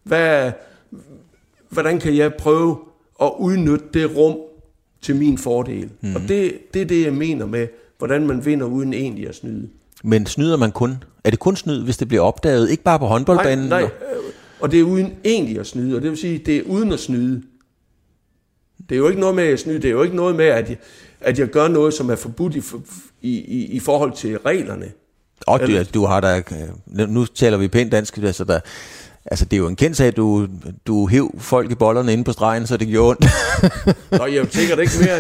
Hvordan kan jeg prøve at udnytte det rum til min fordel? Mm. Og det er det, jeg mener med, hvordan man vinder uden egentlig at snyde. Men snyder man kun? Er det kun snyd, hvis det bliver opdaget? Ikke bare på håndboldbanen? Nej, og det er uden egentlig at snyde. Og det vil sige, det er uden at snyde. Det er jo ikke noget med at snyde. Det er jo ikke noget med, at jeg gør noget, som er forbudt i forhold til reglerne. Og du har da... Nu taler vi pænt dansk, altså det er jo en kendt sag, at du hev folk i bollerne inde på stregen, så det gjorde ondt. Nå, jeg er sikkert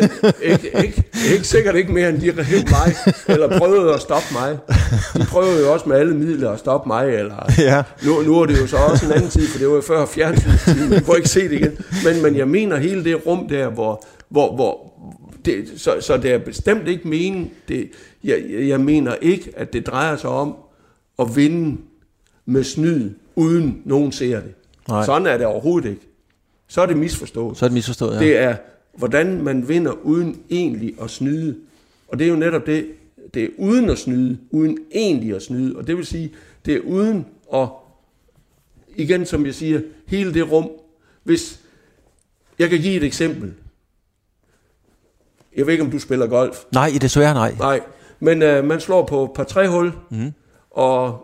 ikke mere end de hev mig, eller prøvede at stoppe mig. De prøvede jo også med alle midler at stoppe mig, eller ja. Nu er det jo så også en anden tid, for det var jo før fjernsynstiden, vi kunne ikke se det igen. Men jeg mener hele det rum der, hvor det, så det er bestemt ikke meningen. Jeg mener ikke, at det drejer sig om at vinde med snyd, uden nogen ser det. Nej. Sådan er det overhovedet ikke. Så er det misforstået. Ja. Det er, hvordan man vinder uden egentlig at snyde. Og det er jo netop det. Det er uden at snyde, uden egentlig at snyde. Og det vil sige, det er uden at, igen som jeg siger, hele det rum. Hvis jeg kan give et eksempel. Jeg ved ikke, om du spiller golf. Nej, desværre nej. Nej, men man slår på par træhul, og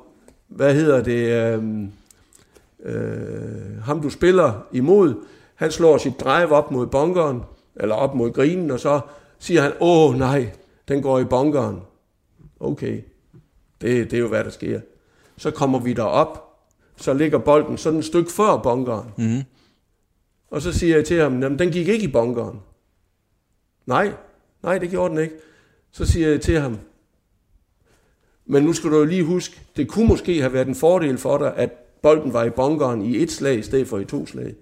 ham du spiller imod, han slår sit drive op mod bunkeren, eller op mod grinen, og så siger han, nej, den går i bunkeren. Okay, det er jo hvad der sker. Så kommer vi derop, så ligger bolden sådan et stykke før bunkeren. Mm. Og så siger jeg til ham, den gik ikke i bunkeren. Nej, det gjorde den ikke. Så siger jeg til ham, men nu skal du jo lige huske, det kunne måske have været en fordel for dig, at bolden var i bunkeren i 1 slag, i stedet for i 2 slag.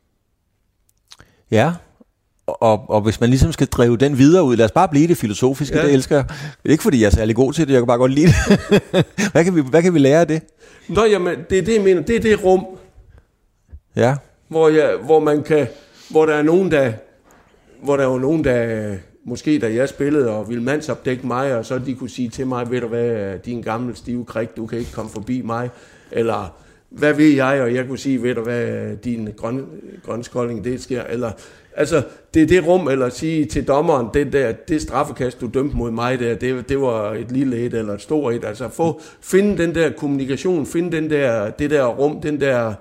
Ja, og hvis man ligesom skal drive den videre ud, lad os bare blive det filosofiske, det elsker jeg. Ikke fordi jeg er særlig god til det, jeg kan bare godt lide det. Hvad kan vi lære af det? Nå, jamen, det er det, jeg mener. Det er det rum, ja. Hvor der er nogen, der måske da jeg spillede og ville mandsopdække mig, og så de kunne sige til mig, ved du hvad, din gamle stive krig, du kan ikke komme forbi mig, eller hvad ved jeg, og jeg kunne sige, ved du hvad, din grønskolding, det sker, eller, altså, det er det rum, eller sige til dommeren, det straffekast, du dømte mod mig der, det var et lille et, eller et stort et, altså finde den der kommunikation, finde det der rum, den der,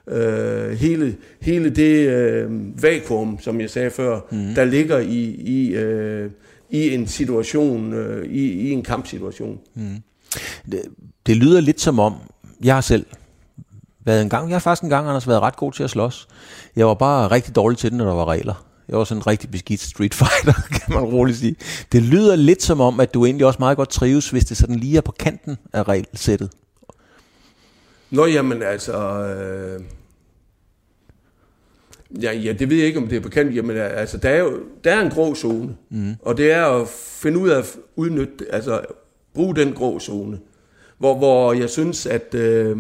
hele det vakuum, som jeg sagde før, der ligger i en situation, i en kampsituation. Det lyder lidt som om, jeg har selv været faktisk en gang, Anders, været ret god til at slås. Jeg var bare rigtig dårlig til det, når der var regler. Jeg var sådan en rigtig beskidt street fighter, kan man roligt sige. Det lyder lidt som om, at du egentlig også meget godt trives, hvis det sådan lige er på kanten af regelsættet. Nå, jamen altså... Ja, det ved jeg ikke, om det er bekendt. Jamen altså, der er en grå zone, og det er at finde ud af at udnytte, altså bruge den grå zone, hvor jeg synes, at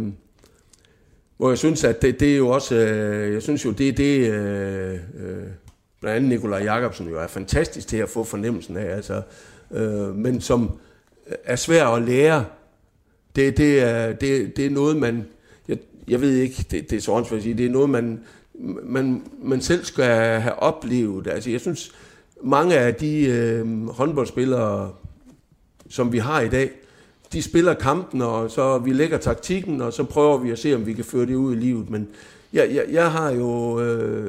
det er jo også, jeg synes jo, det er det, blandt andet Nikolaj Jakobsen jo er fantastisk til at få fornemmelsen af, altså men som er svær at lære. Det er noget, man... Jeg ved ikke, det er så åndsvært at sige, det er noget, man selv skal have oplevet. Altså, jeg synes, mange af de håndboldspillere, som vi har i dag, de spiller kampen, og så vi lægger taktikken, og så prøver vi at se, om vi kan føre det ud i livet. Men jeg har jo...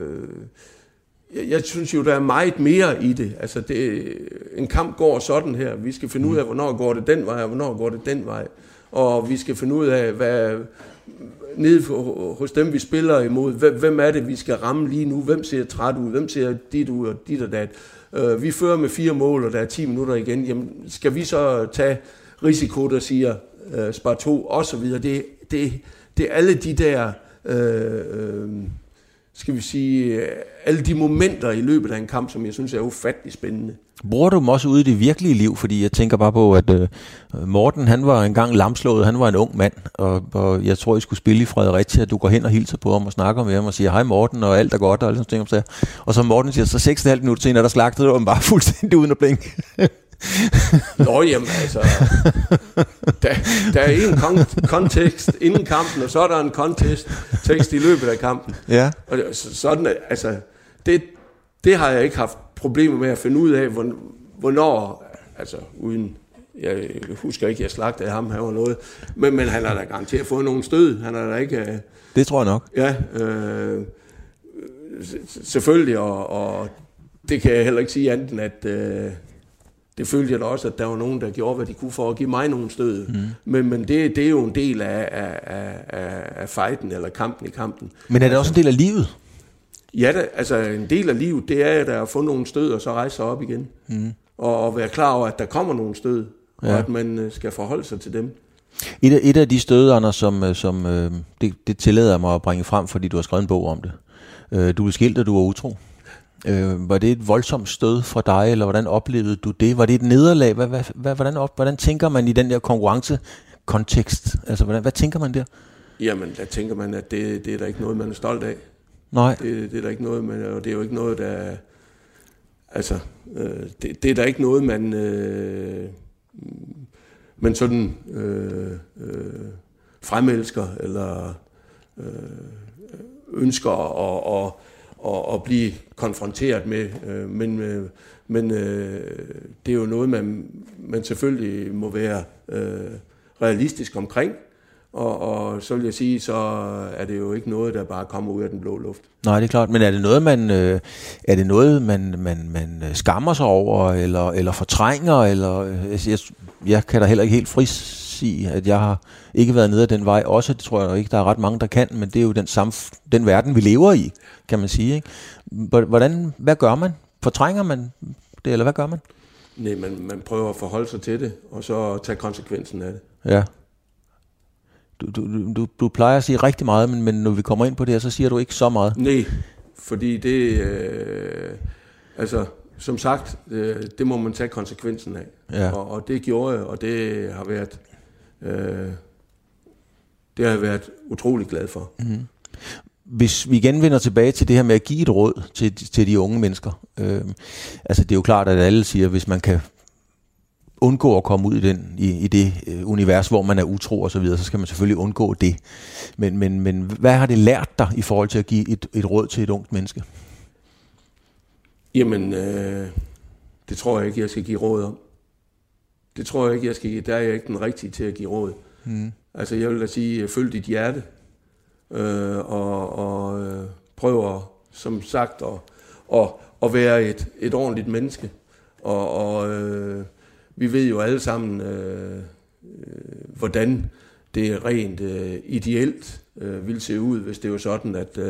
Jeg synes jo, der er meget mere i det. Altså, en kamp går sådan her. Vi skal finde ud af, hvornår går det den vej, og hvornår går det den vej. Og vi skal finde ud af, hvad... Nede hos dem, vi spiller imod, hvem er det, vi skal ramme lige nu? Hvem ser træt ud? Hvem ser dit ud og dit og dat? Vi fører med 4 mål, og der er 10 minutter igen. Jamen, skal vi så tage risiko, der siger spar 2 og så videre? Det er alle de der, skal vi sige, alle de momenter i løbet af en kamp, som jeg synes er ufattelig spændende. Bruger du dem også ude i det virkelige liv? Fordi jeg tænker bare på, at Morten, han var engang lamslået, han var en ung mand, og jeg tror, I skulle spille i Fredericia, du går hen og hilser på ham og snakker med ham og siger, hej Morten, og alt er godt, og alle sådan ting. Og så Morten siger, så 6,5 minutter senere, der slagtede du ham bare fuldstændig uden at blinke. Nå, jamen altså, der er en kontekst inden kampen, og så er der en kontekst i løbet af kampen. Ja. Og sådan, altså, det har jeg ikke haft problemer med at finde ud af, hvornår, altså uden, jeg husker ikke, jeg slagtede ham, han var noget, men han har da garanteret fået nogle stød, han har da ikke... Det tror jeg nok. Ja, selvfølgelig, og det kan jeg heller ikke sige andet end, at det følte jeg da også, at der var nogen, der gjorde, hvad de kunne for at give mig nogle stød. Men det er jo en del af fighten, eller kampen i kampen. Men er det også en del af livet? Ja, altså en del af livet, det er at få nogle stød, og så rejse sig op igen. Og være klar over, at der kommer nogle stød, og at man skal forholde sig til dem. Et af de stød, Anders, som det tillader mig at bringe frem, fordi du har skrevet en bog om det. Du blev skilt, og du var utro. Var det et voldsomt stød fra dig, eller hvordan oplevede du det? Var det et nederlag? Hvordan tænker man i den der konkurrencekontekst? Altså, hvad tænker man der? Jamen, der tænker man, at det er der ikke noget, man er stolt af. Nej. Det er der ikke noget, og det er jo ikke noget, der... Altså, det er der ikke noget, man sådan fremelsker, eller ønsker at blive konfronteret med, men det er jo noget, man selvfølgelig må være realistisk omkring, og så vil jeg sige, så er det jo ikke noget, der bare kommer ud af den blå luft. Nej, det er klart, men er det noget, man skammer sig over, eller fortrænger, eller jeg kan da heller ikke helt frisige, at jeg har ikke været nede ad den vej, også det tror jeg ikke, der er ret mange, der kan, men det er jo den verden, vi lever i, kan man sige, ikke? Hvad gør man? Fortrænger man det, eller hvad gør man? Nej, man prøver at forholde sig til det, og så tage konsekvensen af det. Ja. Du plejer at sige rigtig meget, men når vi kommer ind på det her, så siger du ikke så meget. Nej, fordi det, altså som sagt, det må man tage konsekvensen af. Ja. Og det gjorde jeg, og det har jeg været utrolig glad for. Mm-hmm. Hvis vi igen vender tilbage til det her med at give et råd til de unge mennesker. Altså det er jo klart, at alle siger, hvis man kan undgå at komme ud i det univers, hvor man er utro og så videre, så skal man selvfølgelig undgå det. Men hvad har det lært dig i forhold til at give et råd til et ungt menneske? Jamen, det tror jeg ikke, jeg skal give råd om. Det tror jeg ikke, jeg skal give. Der er jeg ikke den rigtige til at give råd. Mm. Altså, jeg vil da sige, følg dit hjerte, og prøv som sagt, at være et ordentligt menneske. Og vi ved jo alle sammen, hvordan det rent ideelt ville se ud, hvis det var sådan, at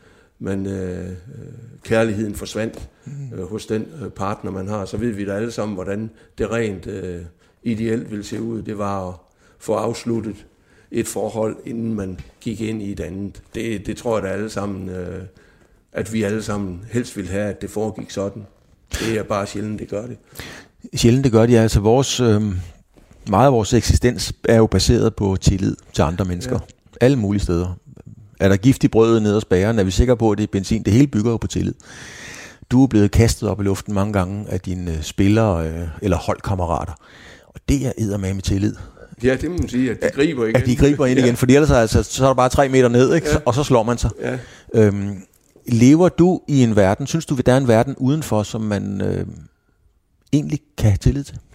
kærligheden forsvandt hos den partner, man har. Så ved vi da alle sammen, hvordan det rent ideelt ville se ud. Det var at få afsluttet et forhold, inden man gik ind i et andet. Det tror jeg da alle sammen, at vi alle sammen helst ville have, at det foregik sådan. Det er bare sjældent, det gør det. Sjældent det gør det, ja. Altså meget af vores eksistens er jo baseret på tillid til andre mennesker. Ja. Alle mulige steder. Er der gift i brødet nede hos bageren, er vi sikre på, at det er benzin. Det hele bygger jo på tillid. Du er blevet kastet op i luften mange gange af dine spillere eller holdkammerater, og det er eddermame tillid. Ja, det må man sige, at de griber igen. At de griber ind igen, fordi ellers altså, så er der bare 3 meter ned, ikke? Og så slår man sig. Ja. Lever du i en verden, synes du, at der er en verden udenfor, som man egentlig kan have tillid til?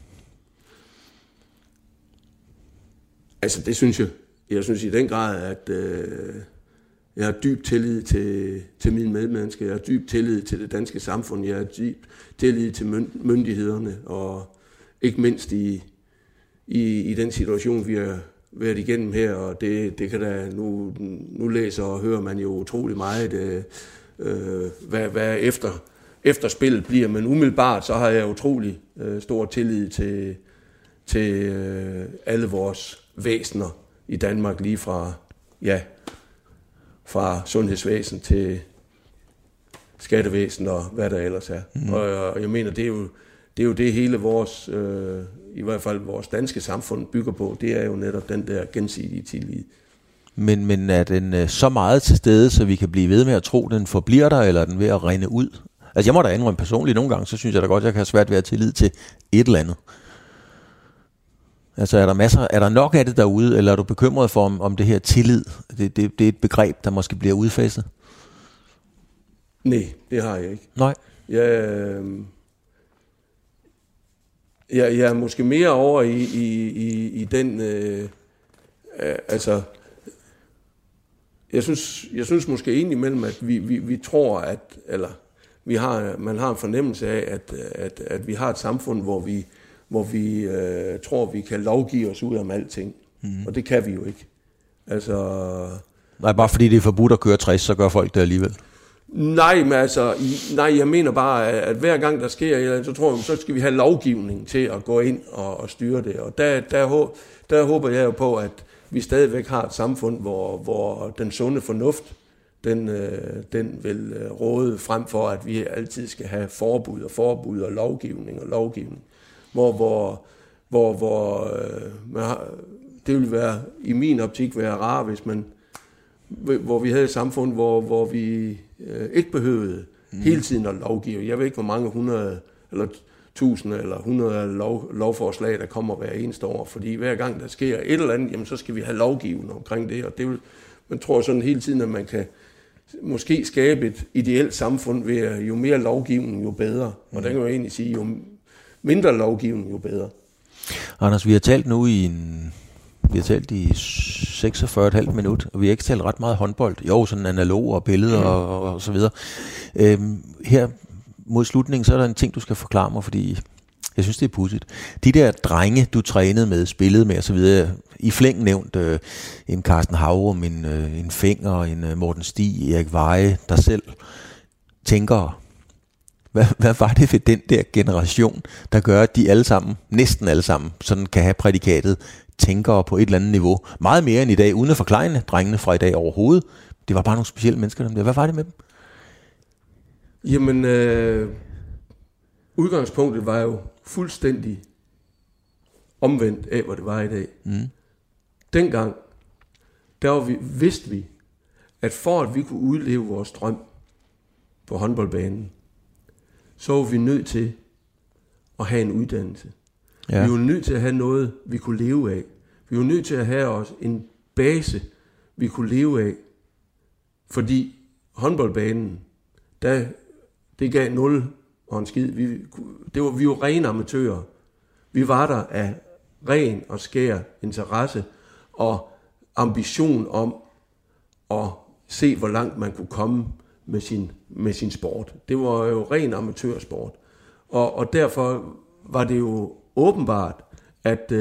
Altså, det synes jeg. Jeg synes i den grad, at jeg har dyb tillid til mine medmennesker. Jeg har dyb tillid til det danske samfund. Jeg har dyb tillid til myndighederne, og ikke mindst i den situation, vi har været igennem her. Og det kan da, nu læser og hører man jo utrolig meget, hvad efter spillet bliver. Men umiddelbart, så har jeg utrolig stor tillid til alle vores væsener i Danmark, lige fra sundhedsvæsen til skattevæsen og hvad der ellers er. Og jeg mener, det er jo det hele vores, i hvert fald vores danske samfund bygger på. Det er jo netop den der gensidige tillid. Men er den så meget til stede, så vi kan blive ved med at tro, den forbliver der, eller er den ved at rinde ud? Altså jeg må da indrømme personligt nogle gange, så synes jeg da godt, jeg kan have svært ved at tillid til et eller andet. Altså er der nok af det derude, eller er du bekymret for, om det her tillid, det er et begreb, der måske bliver udfaset? Nej, det har jeg ikke. Nej. Jeg er måske mere over i den, altså, jeg synes måske egentlig imellem, at vi tror, at, eller man har en fornemmelse af, at vi har et samfund, hvor vi tror, vi kan lovgive os ud om alting. Og det kan vi jo ikke. Altså, nej, bare fordi det er forbudt at køre 60, så gør folk det alligevel. Nej, men altså, jeg mener bare, at hver gang der sker, så tror jeg, så skal vi have lovgivning til at gå ind og styre det. Og der håber jeg jo på, at vi stadigvæk har et samfund, hvor den sunde fornuft, den vil råde frem for, at vi altid skal have forbud og lovgivning. Hvor det ville være, i min optik, være rart, hvis hvor vi havde et samfund, hvor vi ikke behøvede hele tiden at lovgive. Jeg ved ikke, hvor mange 100 eller 1000 eller 100 lovforslag, der kommer hver eneste år, fordi hver gang der sker et eller andet, jamen, så skal vi have lovgivning omkring det, og det vil, man tror sådan hele tiden, at man kan måske skabe et ideelt samfund ved, jo mere lovgivning, jo bedre. Og der kan man egentlig sige, jo mindre lovgivning, jo bedre. Anders, vi har talt nu i 46,5 minut, og vi har ikke talt ret meget håndbold. Jo, sådan analoger og billeder og så videre. Her mod slutningen, så er der en ting, du skal forklare mig, fordi jeg synes, det er pudsigt. De der drenge, du trænede med, spillede med og så videre, i flæng nævnt en Carsten Haurum, en Fenger, en Morten Stig, Erik Veje, der selv tænker. Hvad var det ved den der generation, der gør, at de alle sammen, næsten alle sammen, sådan kan have prædikatet tænkere på et eller andet niveau? Meget mere end i dag, uden at forklejne drengene fra i dag overhovedet. Det var bare nogle specielle mennesker, dem der. Hvad var det med dem? Jamen, udgangspunktet var jo fuldstændig omvendt af, hvad det var i dag. Dengang, vidste vi, at for at vi kunne udleve vores drøm på håndboldbanen, så var vi nødt til at have en uddannelse. Ja. Vi var nødt til at have noget, vi kunne leve af. Vi var nødt til at have også en base, vi kunne leve af. Fordi håndboldbanen, det gav 0 og en skid. Vi var rene amatører. Vi var der af ren og skær interesse og ambition om at se, hvor langt man kunne komme med sin sport. Det var jo ren amatørsport. Og derfor var det jo åbenbart, at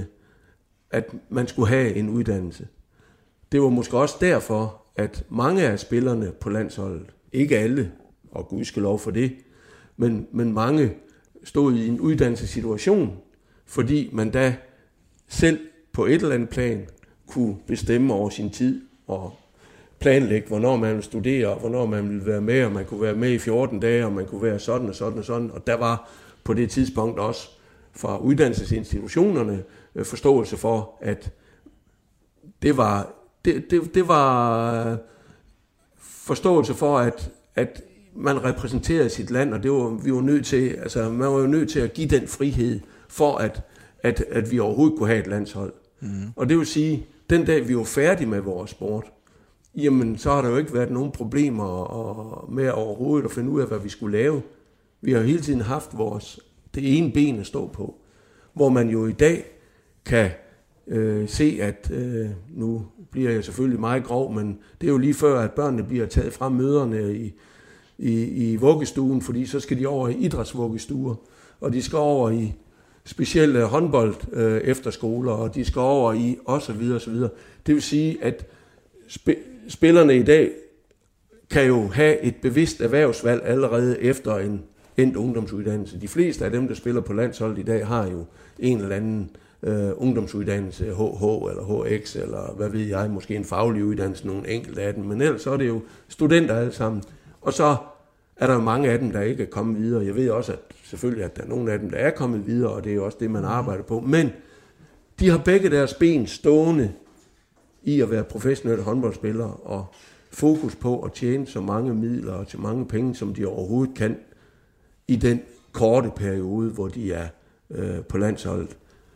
man skulle have en uddannelse. Det var måske også derfor, at mange af spillerne på landsholdet, ikke alle, og gudskelov for det, men mange stod i en uddannelsessituation, fordi man da selv på et eller andet plan kunne bestemme over sin tid og planlægge, hvornår man ville studere, og hvornår man ville være med, og man kunne være med i 14 dage, og man kunne være sådan og sådan og sådan. Og der var på det tidspunkt også fra uddannelsesinstitutionerne forståelse for, at det var forståelse for, at man repræsenterede sit land, og vi var nødt til, altså man var jo nødt til at give den frihed, for at vi overhovedet kunne have et landshold. Og det vil sige, den dag vi var færdige med vores sport, jamen så har der jo ikke været nogen problemer med overhovedet at finde ud af, hvad vi skulle lave. Vi har hele tiden haft det ene ben at stå på, hvor man jo i dag kan se, at nu bliver jeg selvfølgelig meget grov, men det er jo lige før, at børnene bliver taget fra møderne i vuggestuen, fordi så skal de over i idrætsvuggestuer, og de skal over i specielle håndbold efterskoler, og de skal over i osv. osv. Det vil sige, at spillerne i dag kan jo have et bevidst erhvervsvalg allerede efter en endt ungdomsuddannelse. De fleste af dem, der spiller på landsholdet i dag, har jo en eller anden ungdomsuddannelse, HH eller HX, eller hvad ved jeg, måske en faglig uddannelse, nogle enkelte af dem, men ellers så er det jo studenter alle sammen. Og så er der jo mange af dem, der ikke er kommet videre. Jeg ved også, at selvfølgelig, at der er nogle af dem, der er kommet videre, og det er jo også det, man arbejder på. Men de har begge deres ben stående i at være professionelle håndboldspillere, og fokus på at tjene så mange midler og så mange penge, som de overhovedet kan, i den korte periode, hvor de er på landsholdet.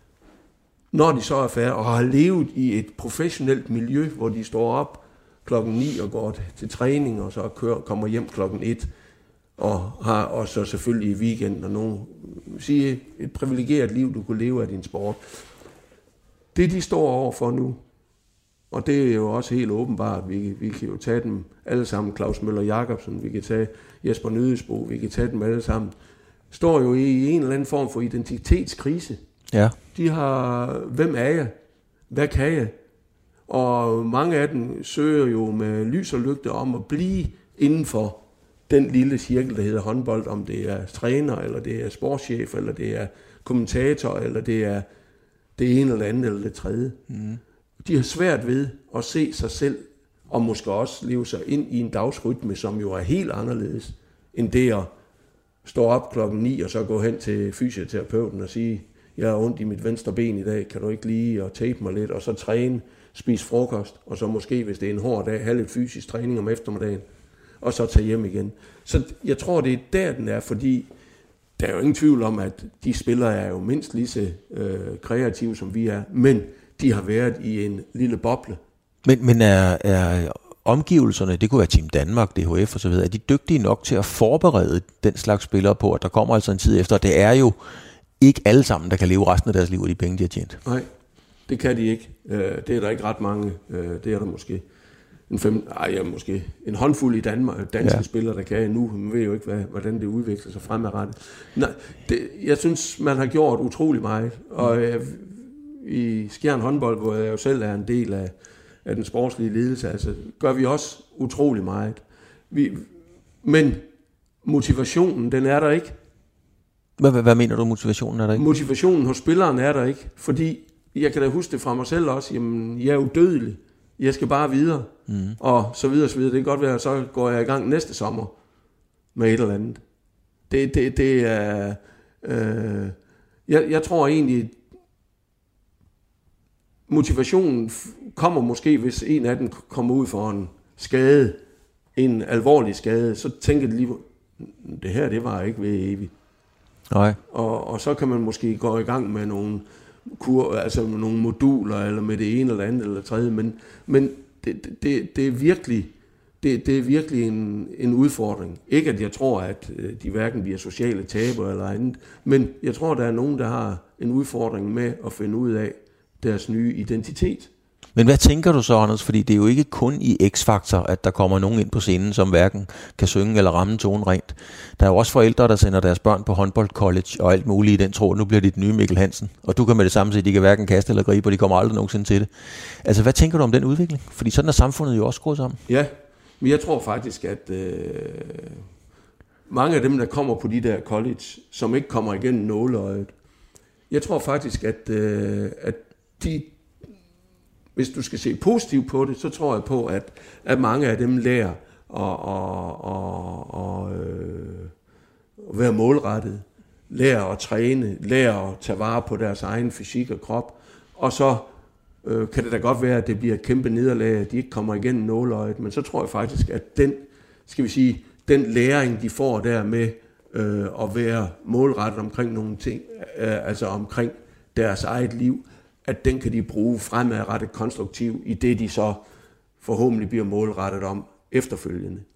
Når de så er færdige og har levet i et professionelt miljø, hvor de står op 9:00 og går til træning, og så kommer hjem 1:00, og så selvfølgelig i weekenden, og nogen sige et privilegeret liv, du kunne leve af din sport. Det de står overfor nu, og det er jo også helt åbenbart, vi kan jo tage dem alle sammen, Claus Møller Jacobsen, vi kan tage Jesper Nødesbo, vi kan tage dem alle sammen, står jo i en eller anden form for identitetskrise. Ja. De har, hvem er jeg? Hvad kan jeg? Og mange af dem søger jo med lys og lygte om at blive inden for den lille cirkel, der hedder håndbold, om det er træner, eller det er sportschef, eller det er kommentator, eller det er det ene eller andet, eller det tredje. De har svært ved at se sig selv, og måske også leve sig ind i en dagsrytme, som jo er helt anderledes, end det at stå op 9:00 og så gå hen til fysioterapeuten og sige, jeg har ondt i mit venstre ben i dag, kan du ikke lige og tape mig lidt, og så træne, spise frokost, og så måske, hvis det er en hård dag, have lidt fysisk træning om eftermiddagen, og så tage hjem igen. Så jeg tror, det er der, den er, fordi der er jo ingen tvivl om, at de spillere er jo mindst lige så kreative, som vi er, men de har været i en lille boble. Men er omgivelserne, det kunne være Team Danmark, DHF og så videre, er de dygtige nok til at forberede den slags spillere på, at der kommer altså en tid efter? Det er jo ikke alle sammen, der kan leve resten af deres liv af de penge, de har tjent. Nej, det kan de ikke. Det er der ikke ret mange. Det er der måske måske en håndfuld i Danmark, danske spillere, der kan nu. Man ved jo ikke, hvordan det udvikler sig fremadrettet. Nej, jeg synes, man har gjort utrolig meget. Og i Skjern håndbold, hvor jeg jo selv er en del af den sportslige ledelse, altså, gør vi også utrolig meget. Men motivationen, den er der ikke. Hvad mener du, motivationen er der ikke? Motivationen hos spilleren er der ikke, fordi jeg kan da huske det fra mig selv også, jamen, jeg er udødelig. Jeg skal bare videre, og så videre, så videre. Det kan godt være, så går jeg i gang næste sommer med et eller andet. Det er... Jeg tror egentlig, motivationen kommer måske, hvis en af dem kommer ud for en skade, en alvorlig skade, så tænker de lige, det her, det var ikke ved evigt. Nej. Og så kan man måske gå i gang med nogle nogle moduler, eller med det ene eller andet eller tredje, men det er virkelig, det er virkelig en udfordring. Ikke at jeg tror, at de hverken bliver sociale taber eller andet, men jeg tror, der er nogen, der har en udfordring med at finde ud af deres nye identitet. Men hvad tænker du så, Anders? Fordi det er jo ikke kun i X-Factor, at der kommer nogen ind på scenen, som hverken kan synge eller ramme tonen rent. Der er jo også forældre, der sender deres børn på håndboldcollege og alt muligt i den tro, nu bliver det nye Mikkel Hansen. Og du kan med det samme sige, at de kan hverken kaste eller gribe, og de kommer aldrig nogensinde til det. Altså, hvad tænker du om den udvikling? Fordi sådan er samfundet jo også skruet sammen. Ja, men jeg tror faktisk, at mange af dem, der kommer på de der college, som ikke kommer igennem nåleøjet, jeg tror faktisk, at de... Hvis du skal se positivt på det, så tror jeg på, at mange af dem lærer at være målrettet, lærer at træne, lærer at tage vare på deres egen fysik og krop, og så kan det da godt være, at det bliver et kæmpe nederlag, at de ikke kommer igennem nåleøjet, men så tror jeg faktisk, at den, skal vi sige, den læring, de får der med at være målrettet omkring nogle ting, altså omkring deres eget liv, at den kan de bruge fremadrettet konstruktivt i det, de så forhåbentlig bliver målrettet om efterfølgende.